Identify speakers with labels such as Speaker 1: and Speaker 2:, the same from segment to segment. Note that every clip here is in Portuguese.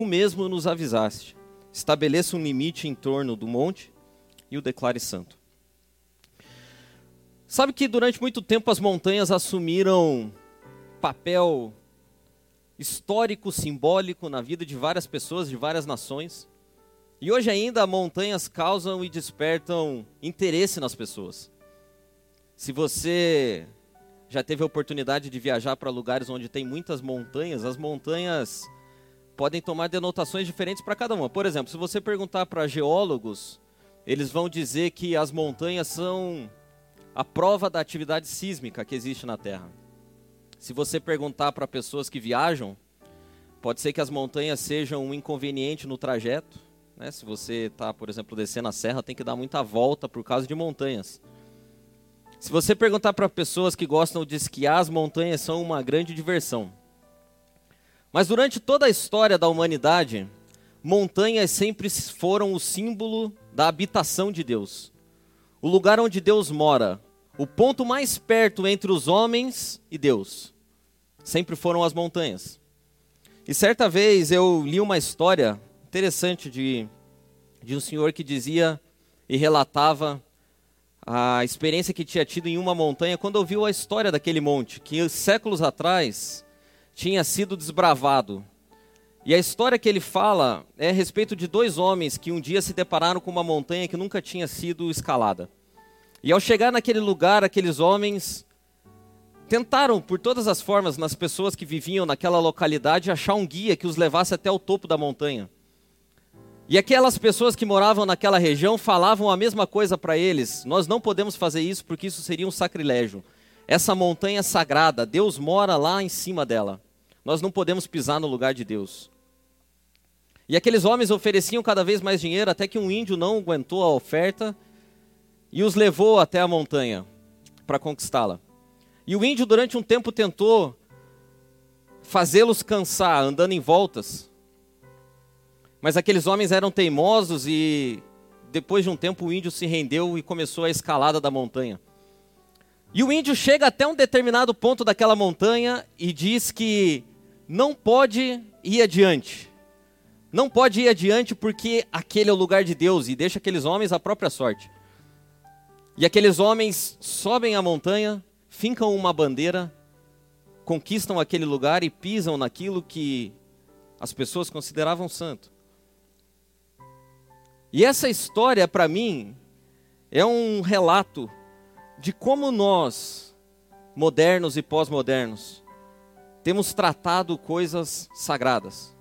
Speaker 1: mesmo nos avisaste. Estabeleça um limite em torno do monte e o declare santo. Sabe que durante muito tempo as montanhas assumiram papel histórico, simbólico na vida de várias pessoas, de várias nações. E hoje ainda montanhas causam e despertam interesse nas pessoas. Se você já teve a oportunidade de viajar para lugares onde tem muitas montanhas, as montanhas podem tomar denotações diferentes para cada uma. Por exemplo, se você perguntar para geólogos, eles vão dizer que as montanhas são a prova da atividade sísmica que existe na Terra. Se você perguntar para pessoas que viajam, pode ser que as montanhas sejam um inconveniente no trajeto, né? Se você está, por exemplo, descendo a serra, tem que dar muita volta por causa de montanhas. Se você perguntar para pessoas que gostam de esquiar, as montanhas são uma grande diversão. Mas durante toda a história da humanidade, montanhas sempre foram o símbolo da habitação de Deus. O lugar onde Deus mora, o ponto mais perto entre os homens e Deus, sempre foram as montanhas. E certa vez eu li uma história interessante de um senhor que dizia e relatava a experiência que tinha tido em uma montanha quando ouviu a história daquele monte, que séculos atrás tinha sido desbravado. E a história que ele fala é a respeito de dois homens que um dia se depararam com uma montanha que nunca tinha sido escalada. E ao chegar naquele lugar, aqueles homens tentaram, por todas as formas, nas pessoas que viviam naquela localidade, achar um guia que os levasse até o topo da montanha. E aquelas pessoas que moravam naquela região falavam a mesma coisa para eles: nós não podemos fazer isso porque isso seria um sacrilégio. Essa montanha é sagrada, Deus mora lá em cima dela. Nós não podemos pisar no lugar de Deus. E aqueles homens ofereciam cada vez mais dinheiro, até que um índio não aguentou a oferta e os levou até a montanha para conquistá-la. E o índio durante um tempo tentou fazê-los cansar, andando em voltas. Mas aqueles homens eram teimosos e depois de um tempo o índio se rendeu e começou a escalada da montanha. E o índio chega até um determinado ponto daquela montanha e diz que não pode ir adiante. Não pode ir adiante porque aquele é o lugar de Deus, e deixa aqueles homens à própria sorte. E aqueles homens sobem a montanha, fincam uma bandeira, conquistam aquele lugar e pisam naquilo que as pessoas consideravam santo. E essa história, para mim, é um relato de como nós, modernos e pós-modernos, temos tratado coisas sagradas.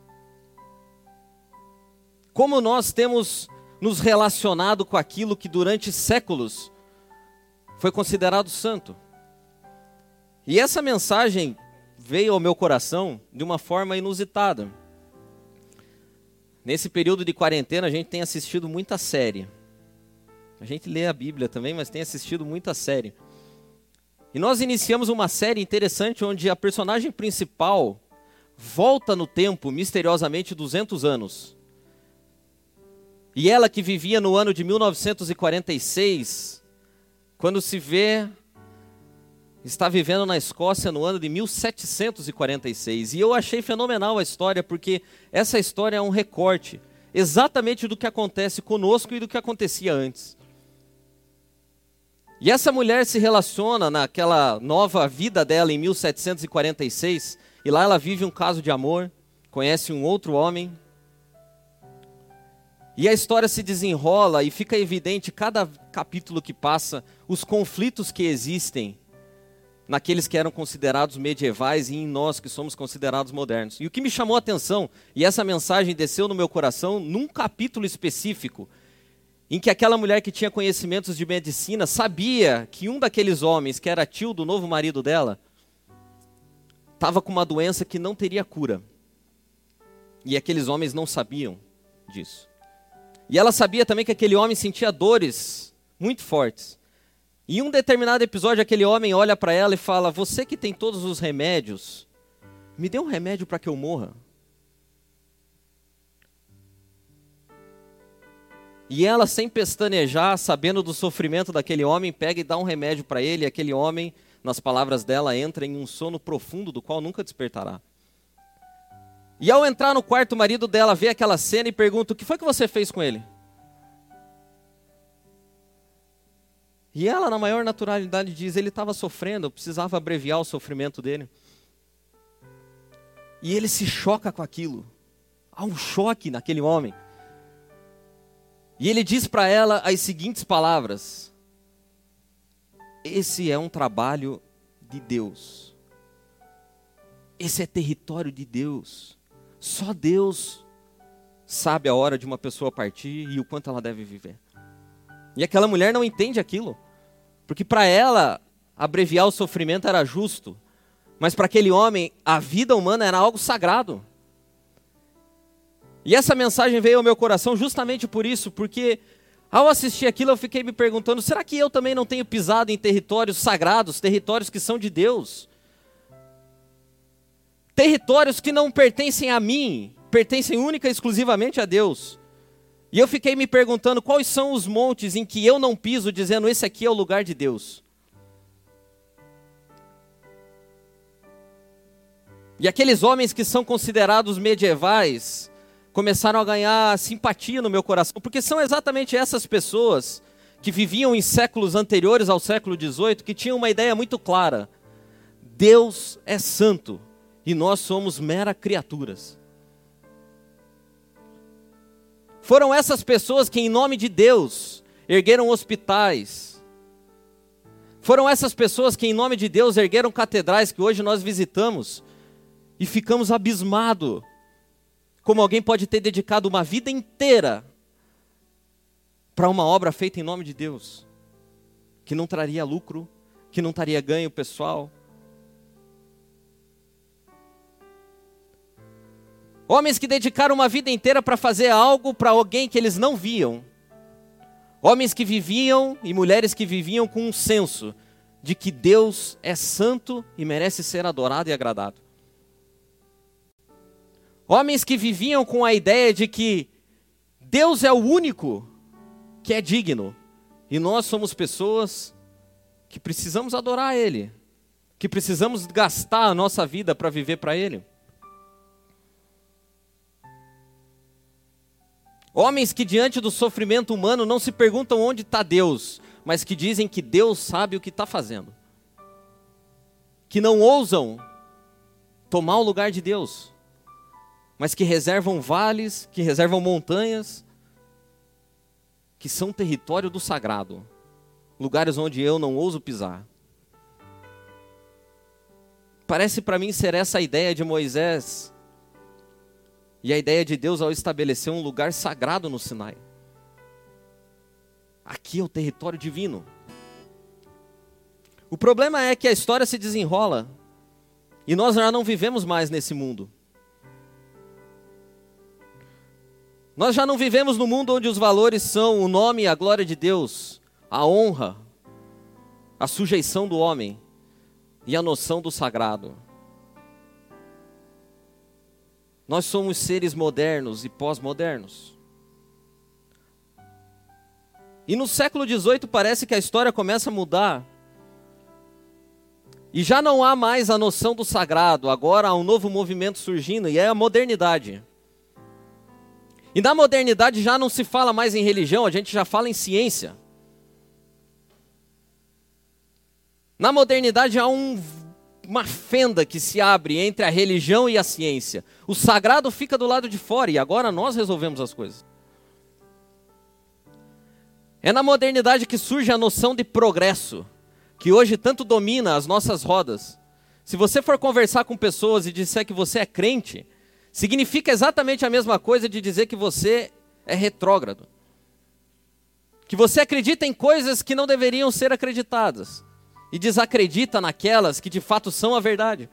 Speaker 1: Como nós temos nos relacionado com aquilo que durante séculos foi considerado santo. E essa mensagem veio ao meu coração de uma forma inusitada. Nesse período de quarentena a gente tem assistido muita série. A gente lê a Bíblia também, mas tem assistido muita série. E nós iniciamos uma série interessante onde a personagem principal volta no tempo misteriosamente 200 anos. E ela que vivia no ano de 1946, quando se vê, está vivendo na Escócia no ano de 1746. E eu achei fenomenal a história, porque essa história é um recorte exatamente do que acontece conosco e do que acontecia antes. E essa mulher se relaciona naquela nova vida dela em 1746, e lá ela vive um caso de amor, conhece um outro homem, e a história se desenrola e fica evidente, cada capítulo que passa, os conflitos que existem naqueles que eram considerados medievais e em nós que somos considerados modernos. E o que me chamou a atenção, e essa mensagem desceu no meu coração, num capítulo específico, em que aquela mulher que tinha conhecimentos de medicina sabia que um daqueles homens, que era tio do novo marido dela, estava com uma doença que não teria cura. E aqueles homens não sabiam disso. E ela sabia também que aquele homem sentia dores muito fortes. E em um determinado episódio, aquele homem olha para ela e fala: você que tem todos os remédios, me dê um remédio para que eu morra. E ela, sem pestanejar, sabendo do sofrimento daquele homem, pega e dá um remédio para ele, e aquele homem, nas palavras dela, entra em um sono profundo do qual nunca despertará. E ao entrar no quarto, o marido dela vê aquela cena e pergunta: o que foi que você fez com ele? E ela, na maior naturalidade, diz: ele estava sofrendo, eu precisava abreviar o sofrimento dele. E ele se choca com aquilo. Há um choque naquele homem. E ele diz para ela as seguintes palavras: esse é um trabalho de Deus. Esse é território de Deus. Só Deus sabe a hora de uma pessoa partir e o quanto ela deve viver. E aquela mulher não entende aquilo. Porque para ela, abreviar o sofrimento era justo. Mas para aquele homem, a vida humana era algo sagrado. E essa mensagem veio ao meu coração justamente por isso. Porque ao assistir aquilo eu fiquei me perguntando: será que eu também não tenho pisado em territórios sagrados, territórios que são de Deus? Territórios que não pertencem a mim, pertencem única e exclusivamente a Deus. E eu fiquei me perguntando quais são os montes em que eu não piso, dizendo: esse aqui é o lugar de Deus. E aqueles homens que são considerados medievais começaram a ganhar simpatia no meu coração, porque são exatamente essas pessoas que viviam em séculos anteriores ao século XVIII, que tinham uma ideia muito clara: Deus é santo e nós somos meras criaturas. Foram essas pessoas que, em nome de Deus, ergueram hospitais. Foram essas pessoas que, em nome de Deus, ergueram catedrais que hoje nós visitamos e ficamos abismados. Como alguém pode ter dedicado uma vida inteira para uma obra feita em nome de Deus, que não traria lucro, que não traria ganho pessoal. Homens que dedicaram uma vida inteira para fazer algo para alguém que eles não viam. Homens que viviam e mulheres que viviam com um senso de que Deus é santo e merece ser adorado e agradado. Homens que viviam com a ideia de que Deus é o único que é digno. E nós somos pessoas que precisamos adorar Ele. Que precisamos gastar a nossa vida para viver para Ele. Homens que diante do sofrimento humano não se perguntam onde está Deus, mas que dizem que Deus sabe o que está fazendo. Que não ousam tomar o lugar de Deus, mas que reservam vales, que reservam montanhas, que são território do sagrado, lugares onde eu não ouso pisar. Parece para mim ser essa a ideia de Moisés e a ideia de Deus ao estabelecer um lugar sagrado no Sinai. Aqui é o território divino. O problema é que a história se desenrola e nós já não vivemos mais nesse mundo. Nós já não vivemos no mundo onde os valores são o nome e a glória de Deus, a honra, a sujeição do homem e a noção do sagrado. Nós somos seres modernos e pós-modernos. E no século XVIII parece que a história começa a mudar. E já não há mais a noção do sagrado, agora há um novo movimento surgindo e é a modernidade. E na modernidade já não se fala mais em religião, a gente já fala em ciência. Na modernidade há uma fenda que se abre entre a religião e a ciência. O sagrado fica do lado de fora e agora nós resolvemos as coisas. É na modernidade que surge a noção de progresso, que hoje tanto domina as nossas rodas. Se você for conversar com pessoas e disser que você é crente, significa exatamente a mesma coisa de dizer que você é retrógrado. Que você acredita em coisas que não deveriam ser acreditadas. E desacredita naquelas que de fato são a verdade.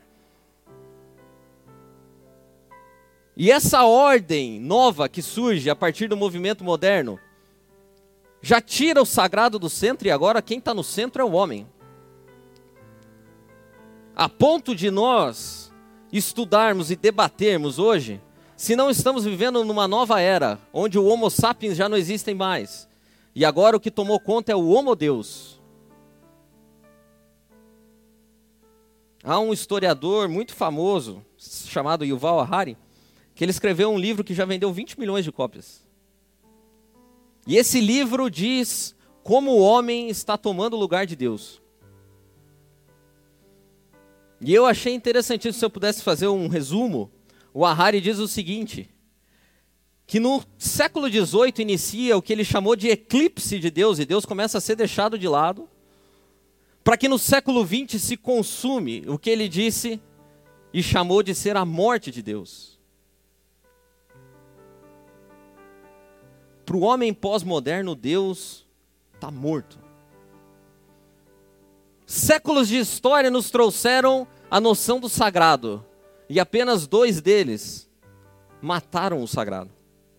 Speaker 1: E essa ordem nova que surge a partir do movimento moderno, já tira o sagrado do centro e agora quem está no centro é o homem. A ponto de nós estudarmos e debatermos hoje, se não estamos vivendo numa nova era, onde o Homo sapiens já não existem mais. E agora o que tomou conta é o Homo Deus. Há um historiador muito famoso, chamado Yuval Harari, que ele escreveu um livro que já vendeu 20 milhões de cópias. E esse livro diz como o homem está tomando o lugar de Deus. E eu achei interessantíssimo, se eu pudesse fazer um resumo, o Harari diz o seguinte, que no século XVIII inicia o que ele chamou de eclipse de Deus, e Deus começa a ser deixado de lado, para que no século XX se consume o que ele disse e chamou de ser a morte de Deus. Para o homem pós-moderno, Deus está morto. Séculos de história nos trouxeram a noção do sagrado, e apenas 2 deles mataram o sagrado.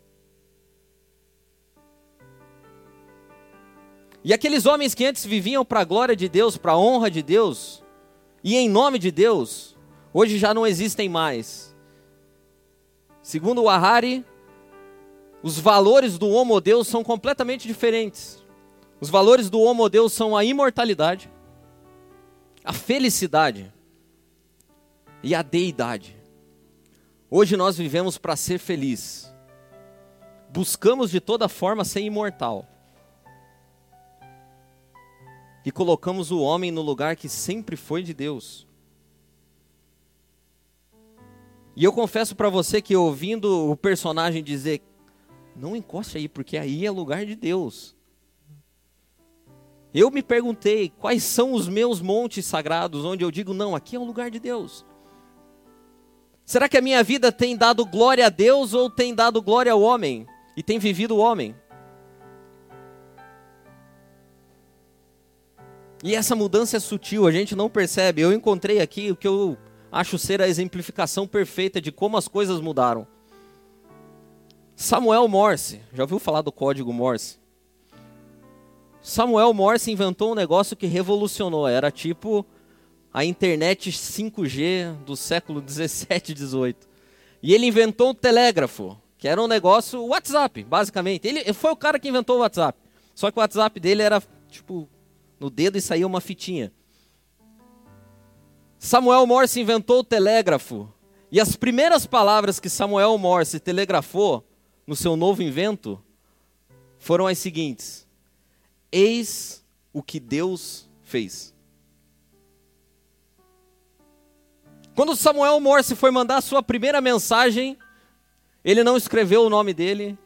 Speaker 1: E aqueles homens que antes viviam para a glória de Deus, para a honra de Deus, e em nome de Deus, hoje já não existem mais. Segundo o Harari, os valores do Homo Deus são completamente diferentes. Os valores do Homo Deus são a imortalidade, a felicidade e a deidade. Hoje nós vivemos para ser feliz. Buscamos de toda forma ser imortal. E colocamos o homem no lugar que sempre foi de Deus. E eu confesso para você que ouvindo o personagem dizer, não encoste aí, porque aí é lugar de Deus. Eu me perguntei, quais são os meus montes sagrados, onde eu digo, não, aqui é o lugar de Deus. Será que a minha vida tem dado glória a Deus ou tem dado glória ao homem? E tem vivido o homem? E essa mudança é sutil, a gente não percebe. Eu encontrei aqui o que eu acho ser a exemplificação perfeita de como as coisas mudaram. Samuel Morse, já ouviu falar do código Morse? Samuel Morse inventou um negócio que revolucionou, era tipo a internet 5G do século 17 e 18. E ele inventou um telégrafo, que era um negócio, o WhatsApp, basicamente. Ele foi o cara que inventou o WhatsApp, só que o WhatsApp dele era tipo no dedo e saía uma fitinha. Samuel Morse inventou o telégrafo. E as primeiras palavras que Samuel Morse telegrafou no seu novo invento foram as seguintes: eis o que Deus fez. Quando Samuel Morse foi mandar a sua primeira mensagem, ele não escreveu o nome dele.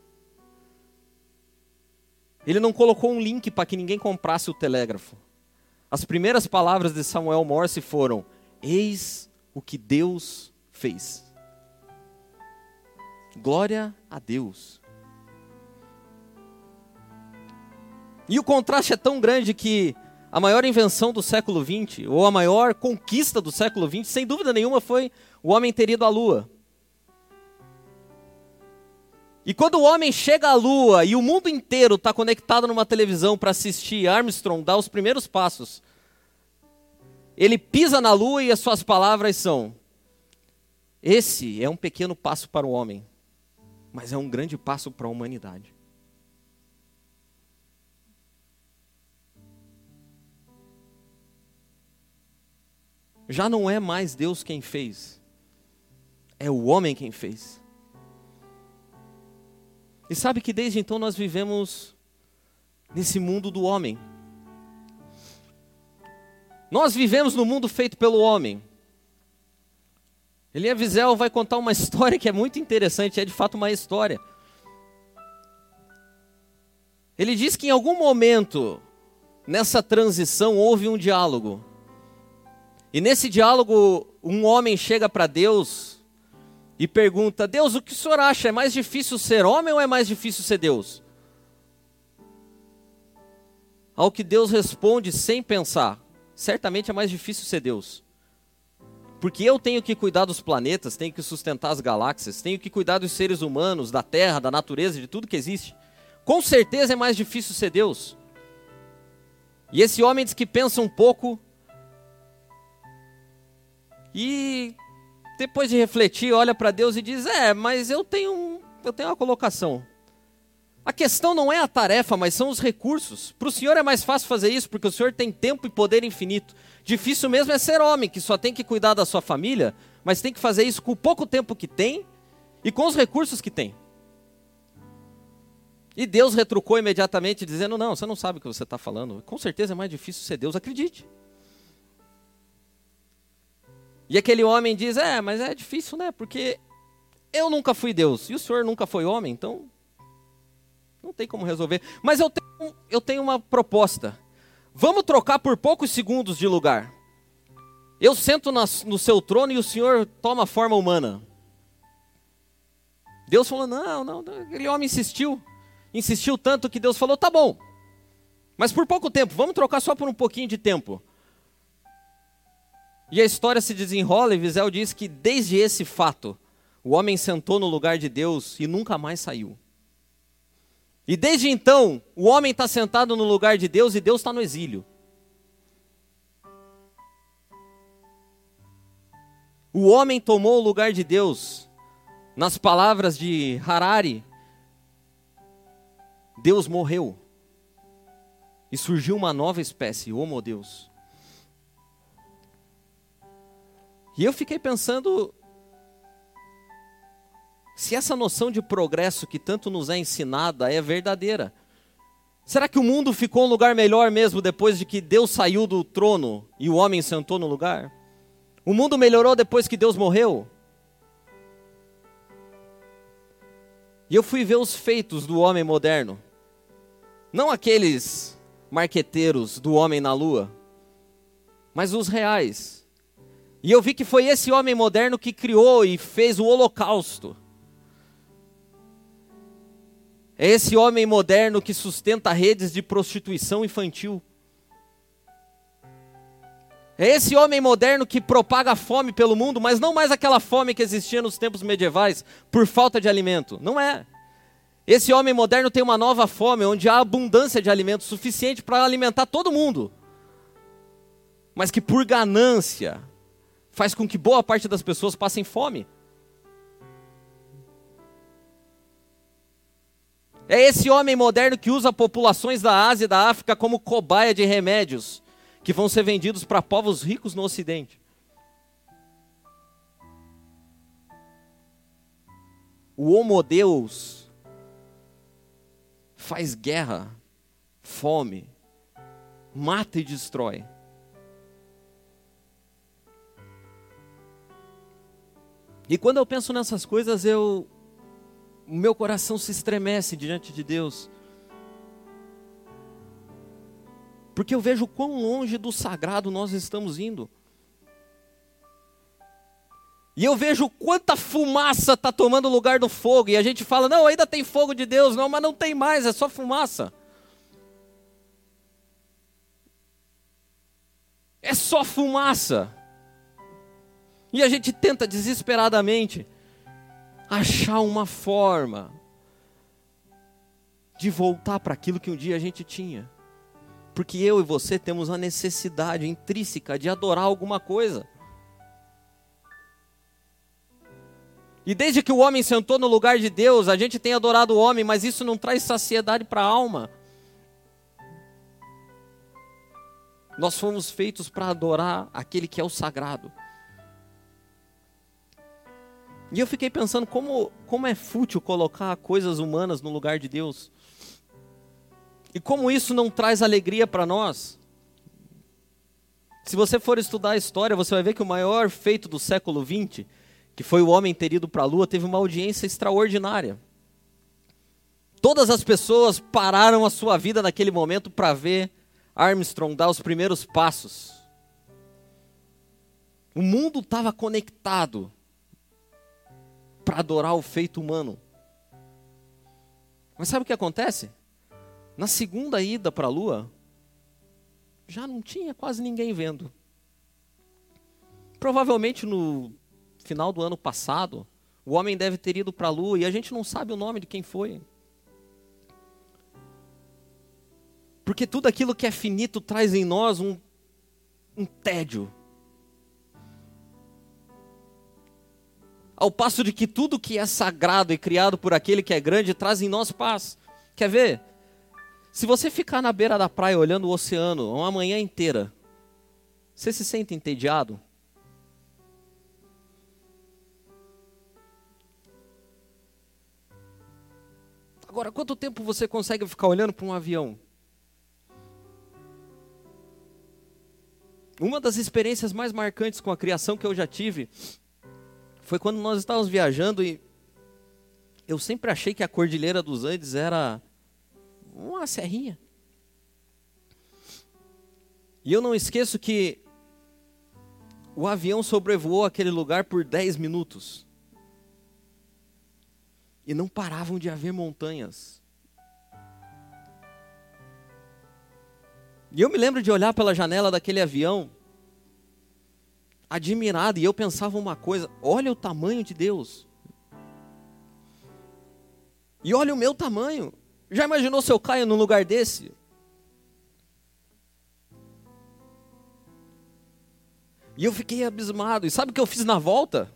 Speaker 1: Ele não colocou um link para que ninguém comprasse o telégrafo. As primeiras palavras de Samuel Morse foram: eis o que Deus fez. Glória a Deus. E o contraste é tão grande que a maior invenção do século XX, ou a maior conquista do século XX, sem dúvida nenhuma, foi o homem ter ido à Lua. E quando o homem chega à Lua e o mundo inteiro está conectado numa televisão para assistir Armstrong dar os primeiros passos, ele pisa na Lua e as suas palavras são: esse é um pequeno passo para o homem, mas é um grande passo para a humanidade. Já não é mais Deus quem fez, é o homem quem fez. E sabe que desde então nós vivemos nesse mundo do homem. Nós vivemos no mundo feito pelo homem. Elia Wiesel vai contar uma história que é muito interessante, é de fato uma história. Ele diz que em algum momento, nessa transição, houve um diálogo. E nesse diálogo, um homem chega para Deus e pergunta: Deus, o que o senhor acha? É mais difícil ser homem ou é mais difícil ser Deus? Ao que Deus responde sem pensar: certamente é mais difícil ser Deus. Porque eu tenho que cuidar dos planetas, tenho que sustentar as galáxias, tenho que cuidar dos seres humanos, da terra, da natureza, de tudo que existe. Com certeza é mais difícil ser Deus. E esse homem diz que pensa um pouco e depois de refletir, olha para Deus e diz: mas eu tenho uma colocação. A questão não é a tarefa, mas são os recursos. Para o Senhor é mais fácil fazer isso, porque o Senhor tem tempo e poder infinito. Difícil mesmo é ser homem, que só tem que cuidar da sua família, mas tem que fazer isso com o pouco tempo que tem e com os recursos que tem. E Deus retrucou imediatamente, dizendo, não, você não sabe o que você está falando. Com certeza é mais difícil ser Deus, acredite. E aquele homem diz, mas é difícil, né? Porque eu nunca fui Deus, e o senhor nunca foi homem, então não tem como resolver. Mas eu tenho uma proposta. Vamos trocar por poucos segundos de lugar. Eu sento no seu trono e o senhor toma forma humana. Deus falou, não, aquele homem insistiu tanto que Deus falou, tá bom, mas por pouco tempo, vamos trocar só por um pouquinho de tempo. E a história se desenrola e Wiesel diz que desde esse fato, o homem sentou no lugar de Deus e nunca mais saiu. E desde então, o homem está sentado no lugar de Deus e Deus está no exílio. O homem tomou o lugar de Deus. Nas palavras de Harari, Deus morreu. E surgiu uma nova espécie, Homo Deus. E eu fiquei pensando, se essa noção de progresso que tanto nos é ensinada é verdadeira. Será que o mundo ficou um lugar melhor mesmo depois de que Deus saiu do trono e o homem sentou no lugar? O mundo melhorou depois que Deus morreu? E eu fui ver os feitos do homem moderno. Não aqueles marqueteiros do homem na lua, mas os reais. E eu vi que foi esse homem moderno que criou e fez o Holocausto. É esse homem moderno que sustenta redes de prostituição infantil. É esse homem moderno que propaga fome pelo mundo, mas não mais aquela fome que existia nos tempos medievais, por falta de alimento. Não é. Esse homem moderno tem uma nova fome, onde há abundância de alimento suficiente para alimentar todo mundo. Mas que por ganância, faz com que boa parte das pessoas passem fome. É esse homem moderno que usa populações da Ásia e da África como cobaia de remédios, que vão ser vendidos para povos ricos no Ocidente. O Homo Deus faz guerra, fome, mata e destrói. E quando eu penso nessas coisas, o meu coração se estremece diante de Deus. Porque eu vejo quão longe do sagrado nós estamos indo. E eu vejo quanta fumaça está tomando lugar do fogo. E a gente fala, não, ainda tem fogo de Deus. Não, mas não tem mais, é só fumaça. É só fumaça. E a gente tenta desesperadamente achar uma forma de voltar para aquilo que um dia a gente tinha. Porque eu e você temos a necessidade intrínseca de adorar alguma coisa. E desde que o homem sentou no lugar de Deus, a gente tem adorado o homem, mas isso não traz saciedade para a alma. Nós fomos feitos para adorar aquele que é o sagrado. E eu fiquei pensando como é fútil colocar coisas humanas no lugar de Deus. E como isso não traz alegria para nós. Se você for estudar a história, você vai ver que o maior feito do século XX, que foi o homem ter ido para a Lua, teve uma audiência extraordinária. Todas as pessoas pararam a sua vida naquele momento para ver Armstrong dar os primeiros passos. O mundo estava conectado para adorar o feito humano. Mas sabe o que acontece? Na segunda ida para a Lua, já não tinha quase ninguém vendo. Provavelmente no final do ano passado, o homem deve ter ido para a Lua e a gente não sabe o nome de quem foi. Porque tudo aquilo que é finito traz em nós um tédio. Ao passo de que tudo que é sagrado e criado por aquele que é grande traz em nós paz. Quer ver? Se você ficar na beira da praia olhando o oceano uma manhã inteira, você se sente entediado? Agora, quanto tempo você consegue ficar olhando para um avião? Uma das experiências mais marcantes com a criação que eu já tive foi quando nós estávamos viajando e eu sempre achei que a Cordilheira dos Andes era uma serrinha. E eu não esqueço que o avião sobrevoou aquele lugar por 10 minutos. E não paravam de haver montanhas. E eu me lembro de olhar pela janela daquele avião, admirado, e eu pensava uma coisa: olha o tamanho de Deus. E olha o meu tamanho. Já imaginou se eu caio num lugar desse? E eu fiquei abismado. E sabe o que eu fiz na volta?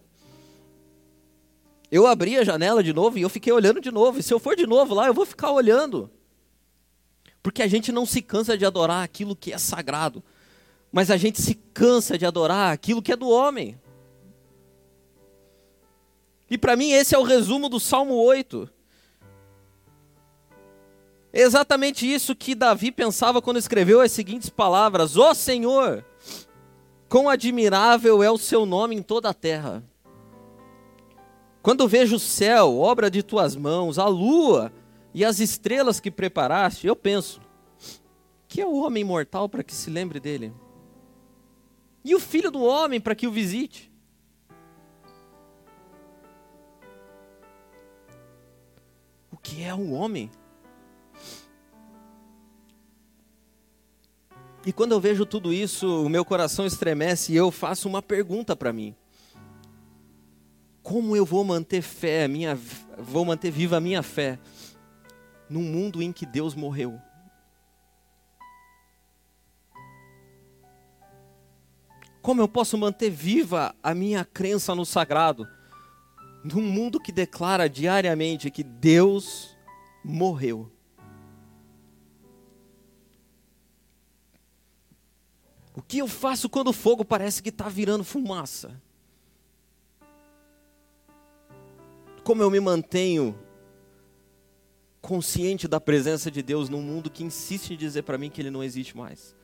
Speaker 1: Eu abri a janela de novo e eu fiquei olhando de novo. E se eu for de novo lá, eu vou ficar olhando. Porque a gente não se cansa de adorar aquilo que é sagrado. Mas a gente se cansa de adorar aquilo que é do homem. E para mim esse é o resumo do Salmo 8. É exatamente isso que Davi pensava quando escreveu as seguintes palavras: ó Senhor, quão admirável é o seu nome em toda a terra. Quando vejo o céu, obra de tuas mãos, a lua e as estrelas que preparaste, eu penso: que é o homem mortal para que se lembre dele? E o filho do homem para que o visite? O que é o homem? E quando eu vejo tudo isso, o meu coração estremece e eu faço uma pergunta para mim: como eu vou manter fé, vou manter viva a minha fé num mundo em que Deus morreu? Como eu posso manter viva a minha crença no sagrado num mundo que declara diariamente que Deus morreu? O que eu faço quando o fogo parece que está virando fumaça? Como eu me mantenho consciente da presença de Deus num mundo que insiste em dizer para mim que Ele não existe mais?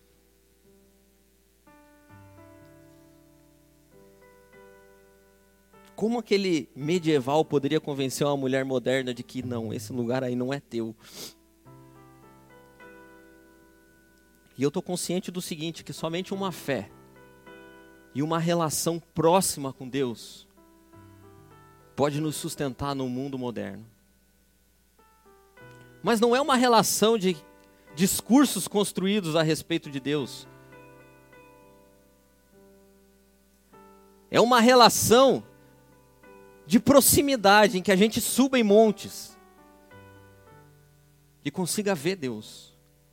Speaker 1: Como aquele medieval poderia convencer uma mulher moderna de que não, esse lugar aí não é teu? E eu estou consciente do seguinte, que somente uma fé e uma relação próxima com Deus pode nos sustentar no mundo moderno. Mas não é uma relação de discursos construídos a respeito de Deus. É uma relação de proximidade em que a gente suba em montes e consiga ver Deus.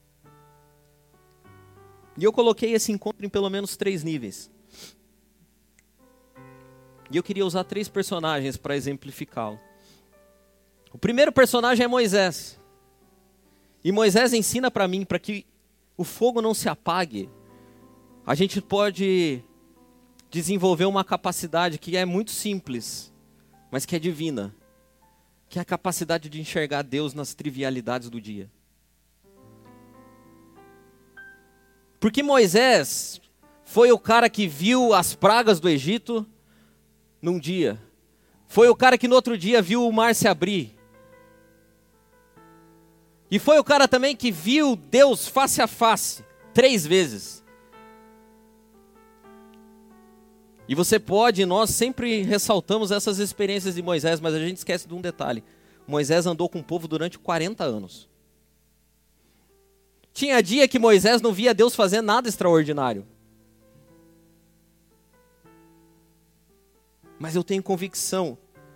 Speaker 1: E eu coloquei esse encontro em pelo menos 3 níveis. E eu queria usar 3 personagens para exemplificá-lo. O primeiro personagem é Moisés. E Moisés ensina para mim, para que o fogo não se apague, a gente pode desenvolver uma capacidade que é muito simples, mas que é divina, que é a capacidade de enxergar Deus nas trivialidades do dia. Porque Moisés foi o cara que viu as pragas do Egito num dia. Foi o cara que no outro dia viu o mar se abrir. E foi o cara também que viu Deus face a face 3 vezes. E você pode, nós sempre ressaltamos essas experiências de Moisés, mas a gente esquece de um detalhe. Moisés andou com o povo durante 40 anos. Tinha dia que Moisés não via Deus fazer nada extraordinário. Mas eu tenho convicção,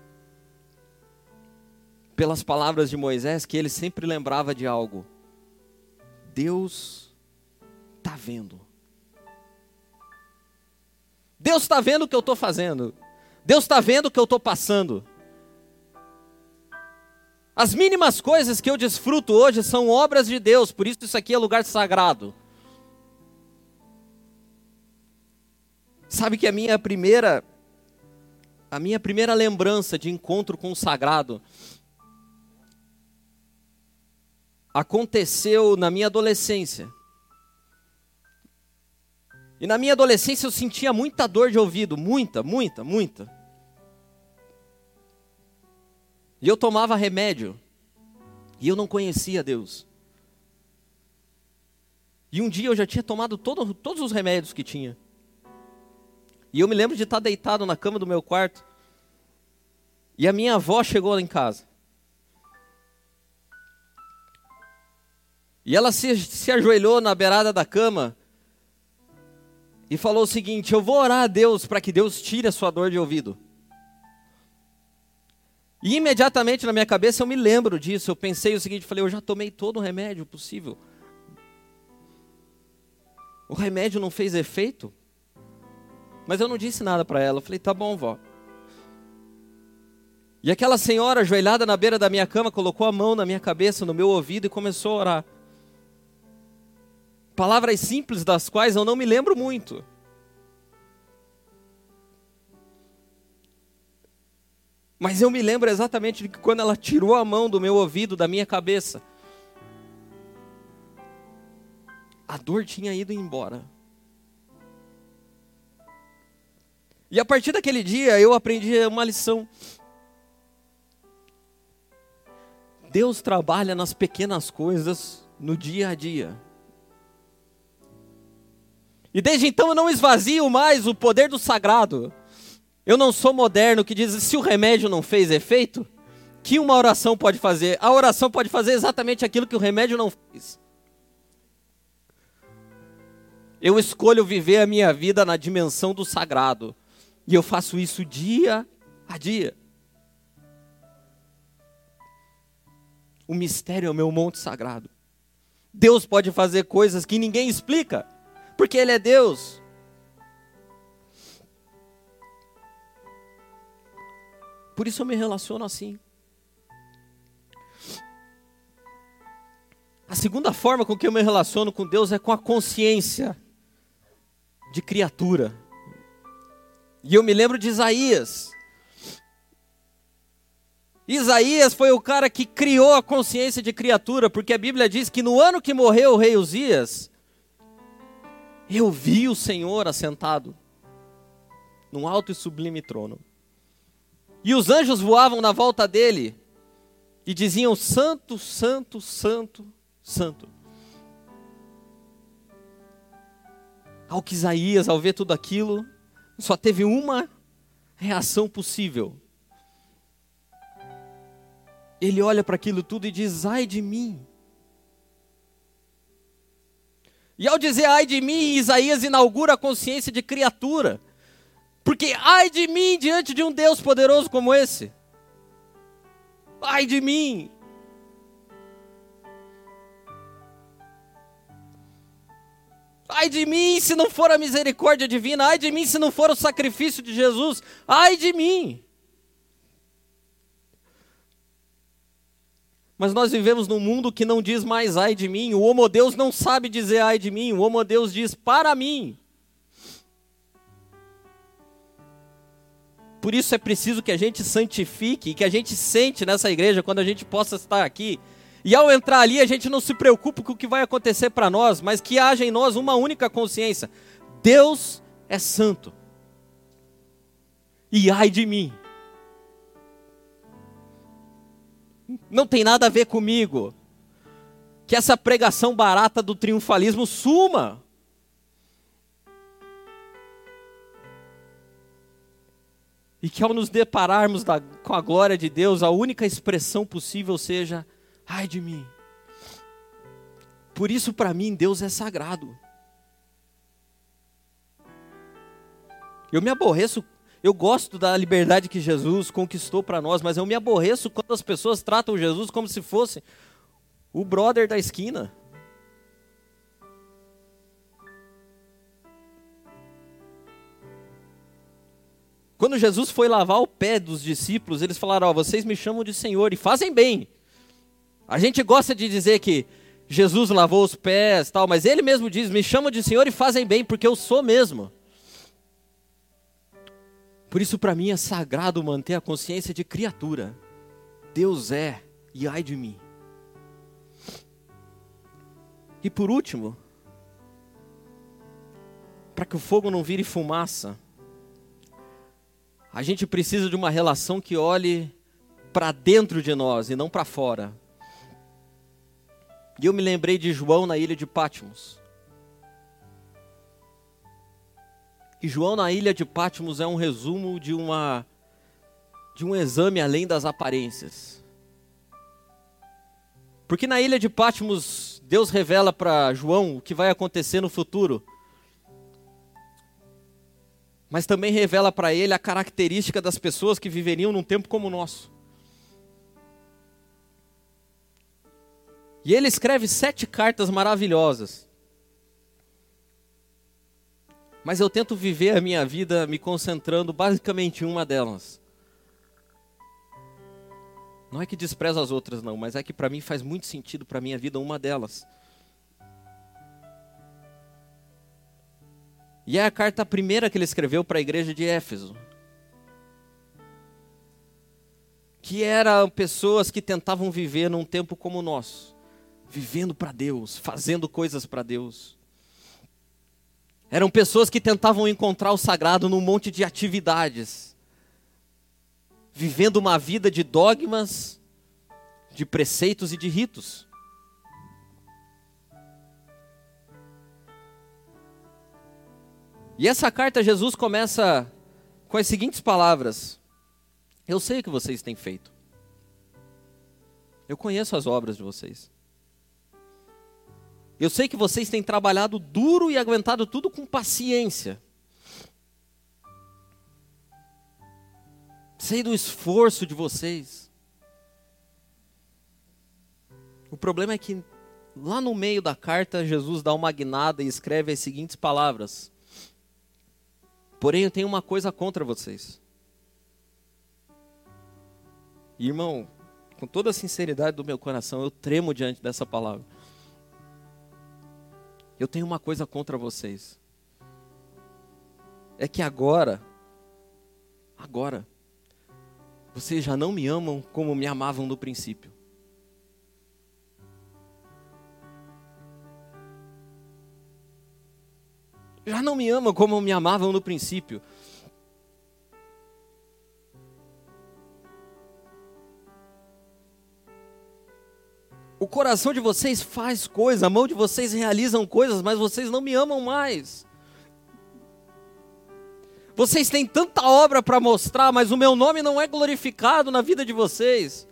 Speaker 1: pelas palavras de Moisés, que ele sempre lembrava de algo. Deus está vendo. Deus está vendo o que eu estou fazendo. Deus está vendo o que eu estou passando. As mínimas coisas que eu desfruto hoje são obras de Deus, por isso aqui é lugar sagrado. Sabe que a minha primeira lembrança de encontro com o sagrado aconteceu na minha adolescência. E na minha adolescência eu sentia muita dor de ouvido, muita. E eu tomava remédio, e eu não conhecia Deus. E um dia eu já tinha tomado todos os remédios que tinha. E eu me lembro de estar deitado na cama do meu quarto, e a minha avó chegou lá em casa. E ela se ajoelhou na beirada da cama, e falou o seguinte: eu vou orar a Deus para que Deus tire a sua dor de ouvido. E imediatamente na minha cabeça eu me lembro disso. Eu pensei o seguinte, falei, eu já tomei todo o remédio possível. O remédio não fez efeito? Mas eu não disse nada para ela. Eu falei, tá bom, vó. E aquela senhora ajoelhada na beira da minha cama colocou a mão na minha cabeça, no meu ouvido e começou a orar. Palavras simples das quais eu não me lembro muito. Mas eu me lembro exatamente de que quando ela tirou a mão do meu ouvido, da minha cabeça, a dor tinha ido embora. E a partir daquele dia eu aprendi uma lição. Deus trabalha nas pequenas coisas, no dia a dia. E desde então eu não esvazio mais o poder do sagrado. Eu não sou moderno que diz, se o remédio não fez efeito, que uma oração pode fazer? A oração pode fazer exatamente aquilo que o remédio não fez. Eu escolho viver a minha vida na dimensão do sagrado. E eu faço isso dia a dia. O mistério é o meu monte sagrado. Deus pode fazer coisas que ninguém explica, porque Ele é Deus. Por isso eu me relaciono assim. A segunda forma com que eu me relaciono com Deus é com a consciência de criatura. E eu me lembro de Isaías. Isaías foi o cara que criou a consciência de criatura, porque a Bíblia diz que no ano que morreu o rei Uzias, eu vi o Senhor assentado num alto e sublime trono. E os anjos voavam na volta dele e diziam, santo, santo, santo, santo. Ao que Isaías, ao ver tudo aquilo, só teve uma reação possível. Ele olha para aquilo tudo e diz, ai de mim. E ao dizer ai de mim, Isaías inaugura a consciência de criatura. Porque ai de mim diante de um Deus poderoso como esse. Ai de mim. Ai de mim se não for a misericórdia divina. Ai de mim se não for o sacrifício de Jesus. Ai de mim. Mas nós vivemos num mundo que não diz mais ai de mim. O homodeus não sabe dizer ai de mim. O homodeus diz para mim. Por isso é preciso que a gente santifique e que a gente sente nessa igreja quando a gente possa estar aqui. E ao entrar ali a gente não se preocupa com o que vai acontecer para nós, mas que haja em nós uma única consciência. Deus é santo. E ai de mim. Não tem nada a ver comigo. Que essa pregação barata do triunfalismo suma. E que ao nos depararmos com a glória de Deus, a única expressão possível seja, ai de mim. Por isso para mim Deus é sagrado. Eu me aborreço, eu gosto da liberdade que Jesus conquistou para nós, mas eu me aborreço quando as pessoas tratam Jesus como se fosse o brother da esquina. Quando Jesus foi lavar o pé dos discípulos, eles falaram, vocês me chamam de Senhor e fazem bem. A gente gosta de dizer que Jesus lavou os pés, tal, mas ele mesmo diz, me chamam de Senhor e fazem bem, porque eu sou mesmo. Por isso para mim é sagrado manter a consciência de criatura. Deus é, e ai de mim. E por último, para que o fogo não vire fumaça, a gente precisa de uma relação que olhe para dentro de nós e não para fora. E eu me lembrei de João na ilha de Patmos. E João na ilha de Patmos é um resumo de um exame além das aparências. Porque na ilha de Patmos, Deus revela para João o que vai acontecer no futuro. Mas também revela para ele a característica das pessoas que viveriam num tempo como o nosso. E ele escreve 7 cartas maravilhosas. Mas eu tento viver a minha vida me concentrando basicamente em uma delas. Não é que desprezo as outras não, mas é que para mim faz muito sentido para a minha vida uma delas. E é a carta primeira que ele escreveu para a igreja de Éfeso. Que eram pessoas que tentavam viver num tempo como o nosso. Vivendo para Deus, fazendo coisas para Deus. Eram pessoas que tentavam encontrar o sagrado num monte de atividades. Vivendo uma vida de dogmas, de preceitos e de ritos. E essa carta Jesus começa com as seguintes palavras: eu sei o que vocês têm feito. Eu conheço as obras de vocês. Eu sei que vocês têm trabalhado duro e aguentado tudo com paciência. Sei do esforço de vocês. O problema é que lá no meio da carta Jesus dá uma guinada e escreve as seguintes palavras: porém eu tenho uma coisa contra vocês. E, irmão, com toda a sinceridade do meu coração, eu tremo diante dessa palavra. Eu tenho uma coisa contra vocês. É que agora, vocês já não me amam como me amavam no princípio. Já não me amam como me amavam no princípio. O coração de vocês faz coisas, a mão de vocês realizam coisas, mas vocês não me amam mais. Vocês têm tanta obra para mostrar, mas o meu nome não é glorificado na vida de vocês.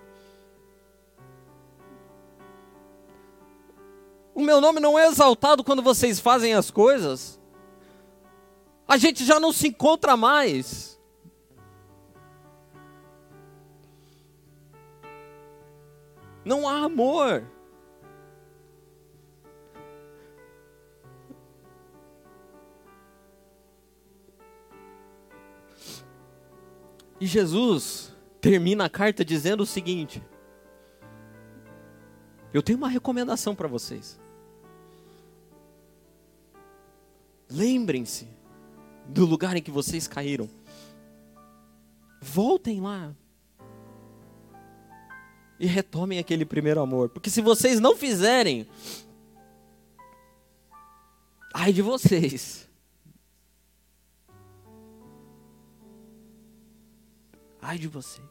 Speaker 1: O meu nome não é exaltado quando vocês fazem as coisas. A gente já não se encontra mais. Não há amor. E Jesus termina a carta dizendo o seguinte: eu tenho uma recomendação para vocês. Lembrem-se do lugar em que vocês caíram. Voltem lá. E retomem aquele primeiro amor. Porque se vocês não fizerem, ai de vocês. Ai de vocês.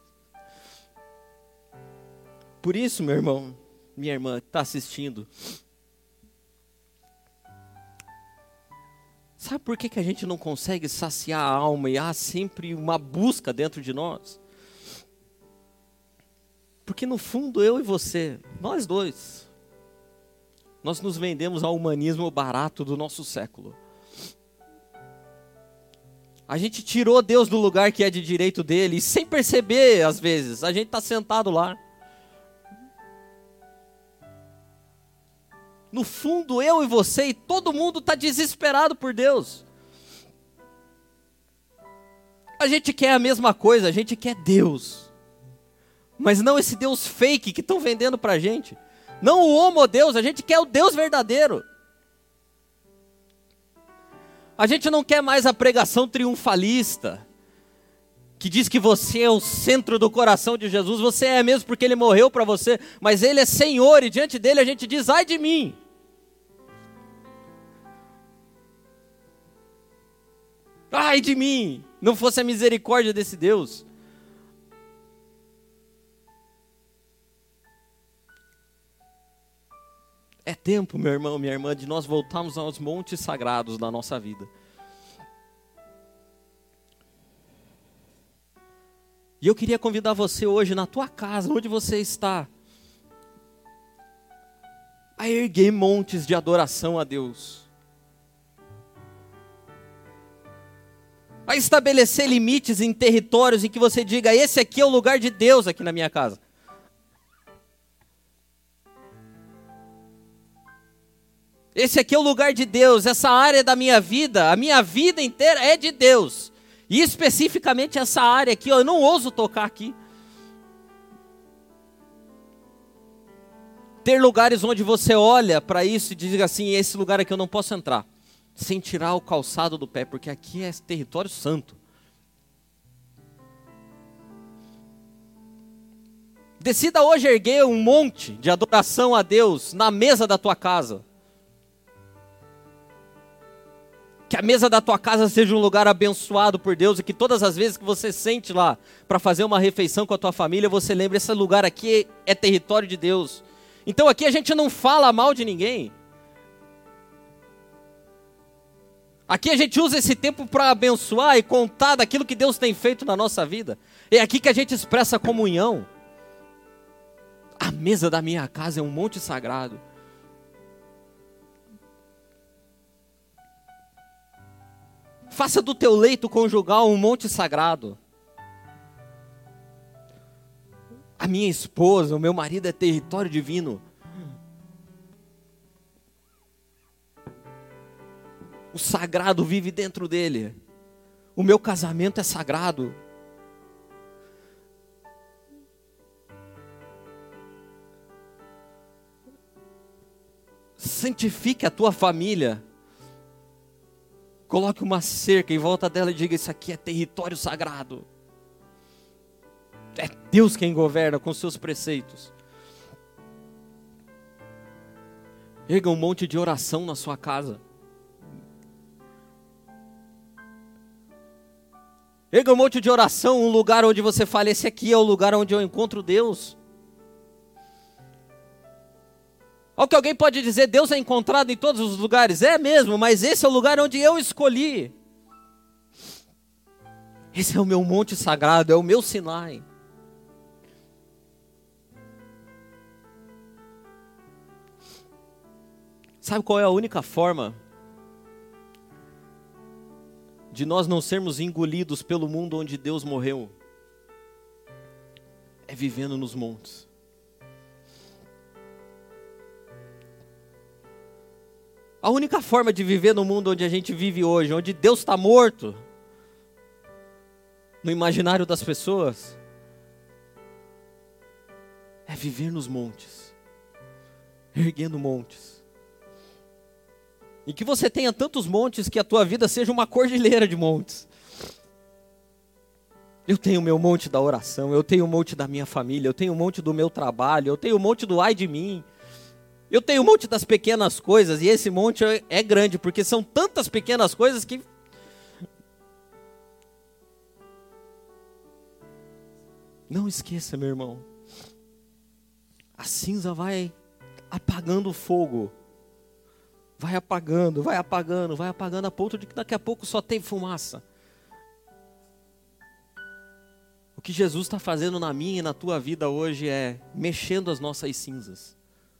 Speaker 1: Por isso, meu irmão, minha irmã que está assistindo, sabe por que a gente não consegue saciar a alma e há sempre uma busca dentro de nós? Porque no fundo eu e você, nós dois, nós nos vendemos ao humanismo barato do nosso século. A gente tirou Deus do lugar que é de direito dele e sem perceber às vezes, a gente está sentado lá. No fundo eu e você e todo mundo está desesperado por Deus. A gente quer a mesma coisa, a gente quer Deus. Mas não esse Deus fake que estão vendendo pra gente. Não o homo Deus, a gente quer o Deus verdadeiro. A gente não quer mais a pregação triunfalista, que diz que você é o centro do coração de Jesus. Você é mesmo porque Ele morreu para você, mas Ele é Senhor e diante dEle a gente diz, ai de mim. Ai de mim, não fosse a misericórdia desse Deus. É tempo, meu irmão, minha irmã, de nós voltarmos aos montes sagrados da nossa vida. E eu queria convidar você hoje, na tua casa, onde você está, a erguer montes de adoração a Deus. A estabelecer limites em territórios em que você diga, esse aqui é o lugar de Deus aqui na minha casa. Esse aqui é o lugar de Deus, essa área da minha vida, a minha vida inteira é de Deus. E especificamente essa área aqui, eu não ouso tocar aqui. Ter lugares onde você olha para isso e diz assim, esse lugar aqui eu não posso entrar, sem tirar o calçado do pé, porque aqui é território santo. Decida hoje erguer um monte de adoração a Deus na mesa da tua casa. Que a mesa da tua casa seja um lugar abençoado por Deus e que todas as vezes que você sente lá para fazer uma refeição com a tua família, você lembre, esse lugar aqui é território de Deus. Então aqui a gente não fala mal de ninguém. Aqui a gente usa esse tempo para abençoar e contar daquilo que Deus tem feito na nossa vida. É aqui que a gente expressa comunhão. A mesa da minha casa é um monte sagrado. Faça do teu leito conjugal um monte sagrado. A minha esposa, o meu marido é território divino. O sagrado vive dentro dele. O meu casamento é sagrado. Santifique a tua família. Coloque uma cerca em volta dela e diga, isso aqui é território sagrado. É Deus quem governa com seus preceitos. Erga um monte de oração na sua casa. Erga um monte de oração, um lugar onde você fala, esse aqui é o lugar onde eu encontro Deus. Olha o que alguém pode dizer, Deus é encontrado em todos os lugares. É mesmo, mas esse é o lugar onde eu escolhi. Esse é o meu monte sagrado, é o meu Sinai. Sabe qual é a única forma de nós não sermos engolidos pelo mundo onde Deus morreu? É vivendo nos montes. A única forma de viver no mundo onde a gente vive hoje, onde Deus está morto, no imaginário das pessoas, é viver nos montes, erguendo montes. E que você tenha tantos montes que a tua vida seja uma cordilheira de montes. Eu tenho o meu monte da oração, eu tenho o monte da minha família, eu tenho o monte do meu trabalho, eu tenho o monte do ai de mim. Eu tenho um monte das pequenas coisas, e esse monte é grande, porque são tantas pequenas coisas que... Não esqueça, meu irmão. A cinza vai apagando o fogo. Vai apagando, vai apagando, vai apagando, a ponto de que daqui a pouco só tem fumaça. O que Jesus está fazendo na minha e na tua vida hoje é mexendo as nossas cinzas.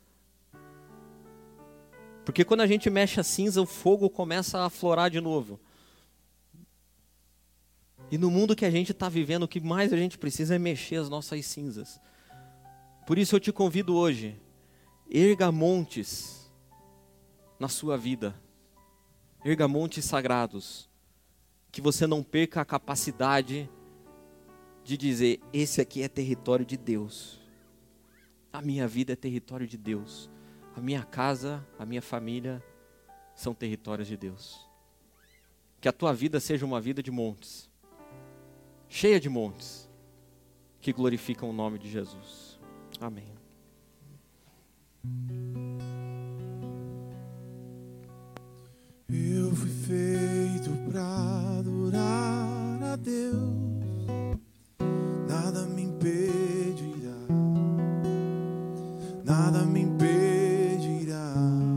Speaker 1: Porque quando a gente mexe a cinza, o fogo começa a aflorar de novo. E no mundo que a gente está vivendo, o que mais a gente precisa é mexer as nossas cinzas. Por isso eu te convido hoje, erga montes na sua vida. Erga montes sagrados. Que você não perca a capacidade de dizer, esse aqui é território de Deus. A minha vida é território de Deus. A minha casa, a minha família são territórios de Deus. Que a tua vida seja uma vida de montes, cheia de montes, que glorificam o nome de Jesus. Amém.
Speaker 2: Eu fui feito pra adorar. nada me impedirá.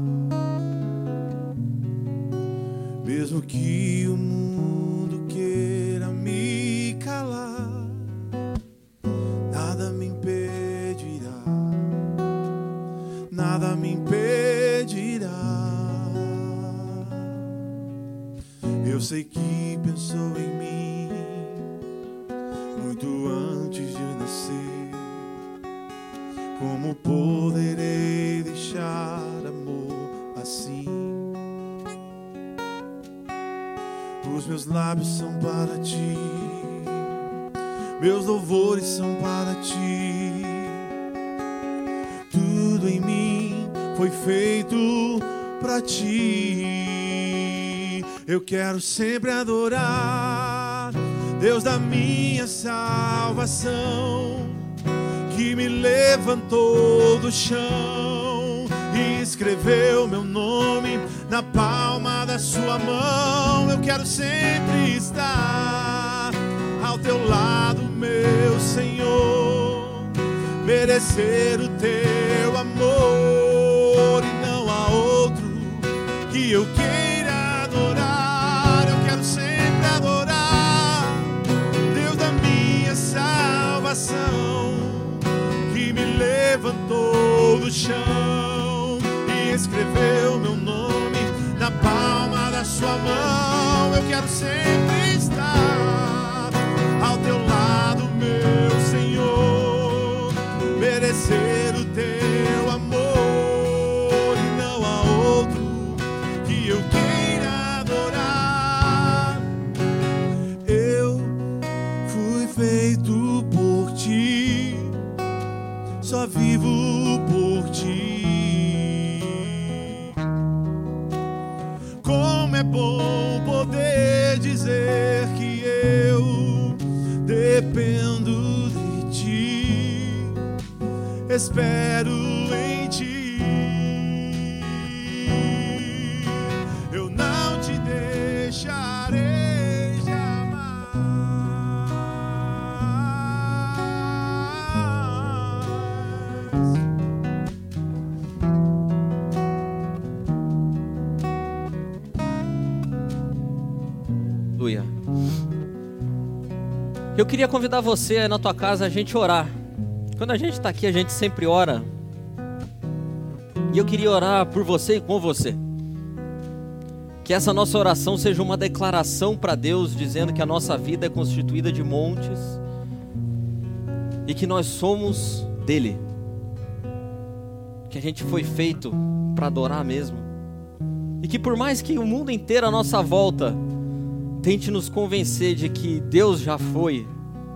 Speaker 2: Mesmo que o mundo queira me calar, nada me impedirá, nada me impedirá. Eu sei que pensou em mim muito antes de nascer. Como poderei deixar amor assim? Os meus lábios são para ti, meus louvores são para ti. Tudo em mim foi feito para ti. Eu quero sempre adorar, Deus da minha salvação, que me levantou do chão e escreveu meu nome na palma da sua mão. Eu quero sempre estar ao teu lado, meu Senhor, merecer o teu amor, e não há outro que eu queira adorar. Eu quero sempre adorar, Deus da minha salvação, que me levantou do chão e escreveu meu nome na palma da sua mão. Eu quero sempre estar ao teu lado, meu Senhor, merecer o teu amor, e não há outro que eu queira adorar. Eu fui feito por ti, só vivo por ti. Como é bom poder dizer que eu dependo de ti, espero em ti. Eu não te deixarei jamais.
Speaker 1: Aleluia. Eu queria convidar você aí na tua casa a gente orar. Quando a gente está aqui, a gente sempre ora. E eu queria orar por você e com você. Que essa nossa oração seja uma declaração para Deus, dizendo que a nossa vida é constituída de montes e que nós somos dele. Que a gente foi feito para adorar mesmo. E que por mais que o mundo inteiro à nossa volta tente nos convencer de que Deus já foi,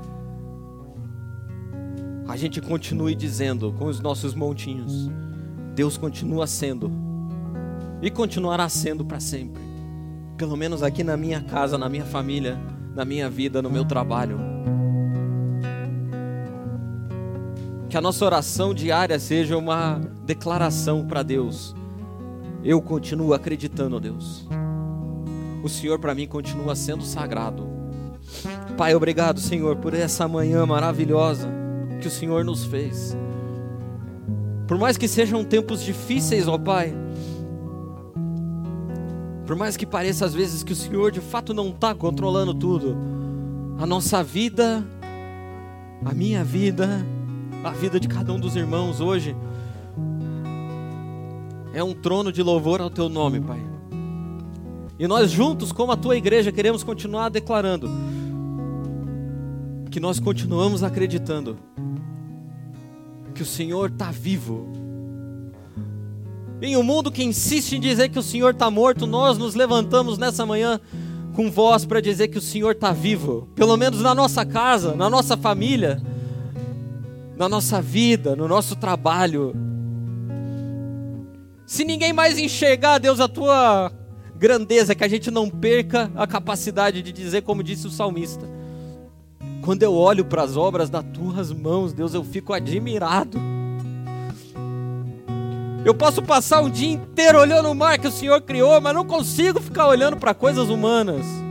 Speaker 1: a gente continue dizendo com os nossos montinhos: Deus continua sendo e continuará sendo para sempre. Pelo menos aqui na minha casa, na minha família, na minha vida, no meu trabalho. Que a nossa oração diária seja uma declaração para Deus: eu continuo acreditando, Deus. O Senhor para mim continua sendo sagrado. Pai, obrigado, Senhor, por essa manhã maravilhosa que o Senhor nos fez. Por mais que sejam tempos difíceis, ó Pai, por mais que pareça às vezes que o Senhor de fato não está controlando tudo, a nossa vida, a minha vida, a vida de cada um dos irmãos hoje é um trono de louvor ao Teu nome, Pai. E nós juntos, como a Tua igreja, queremos continuar declarando que nós continuamos acreditando que o Senhor está vivo. Em um mundo que insiste em dizer que o Senhor está morto, nós nos levantamos nessa manhã com voz para dizer que o Senhor está vivo. Pelo menos na nossa casa, na nossa família, na nossa vida, no nosso trabalho. Se ninguém mais enxergar, Deus, a Tua grandeza, que a gente não perca a capacidade de dizer como disse o salmista: quando eu olho para as obras das Tuas mãos, Deus, eu fico admirado. Eu posso passar um dia inteiro olhando o mar que o Senhor criou, mas não consigo ficar olhando para coisas humanas.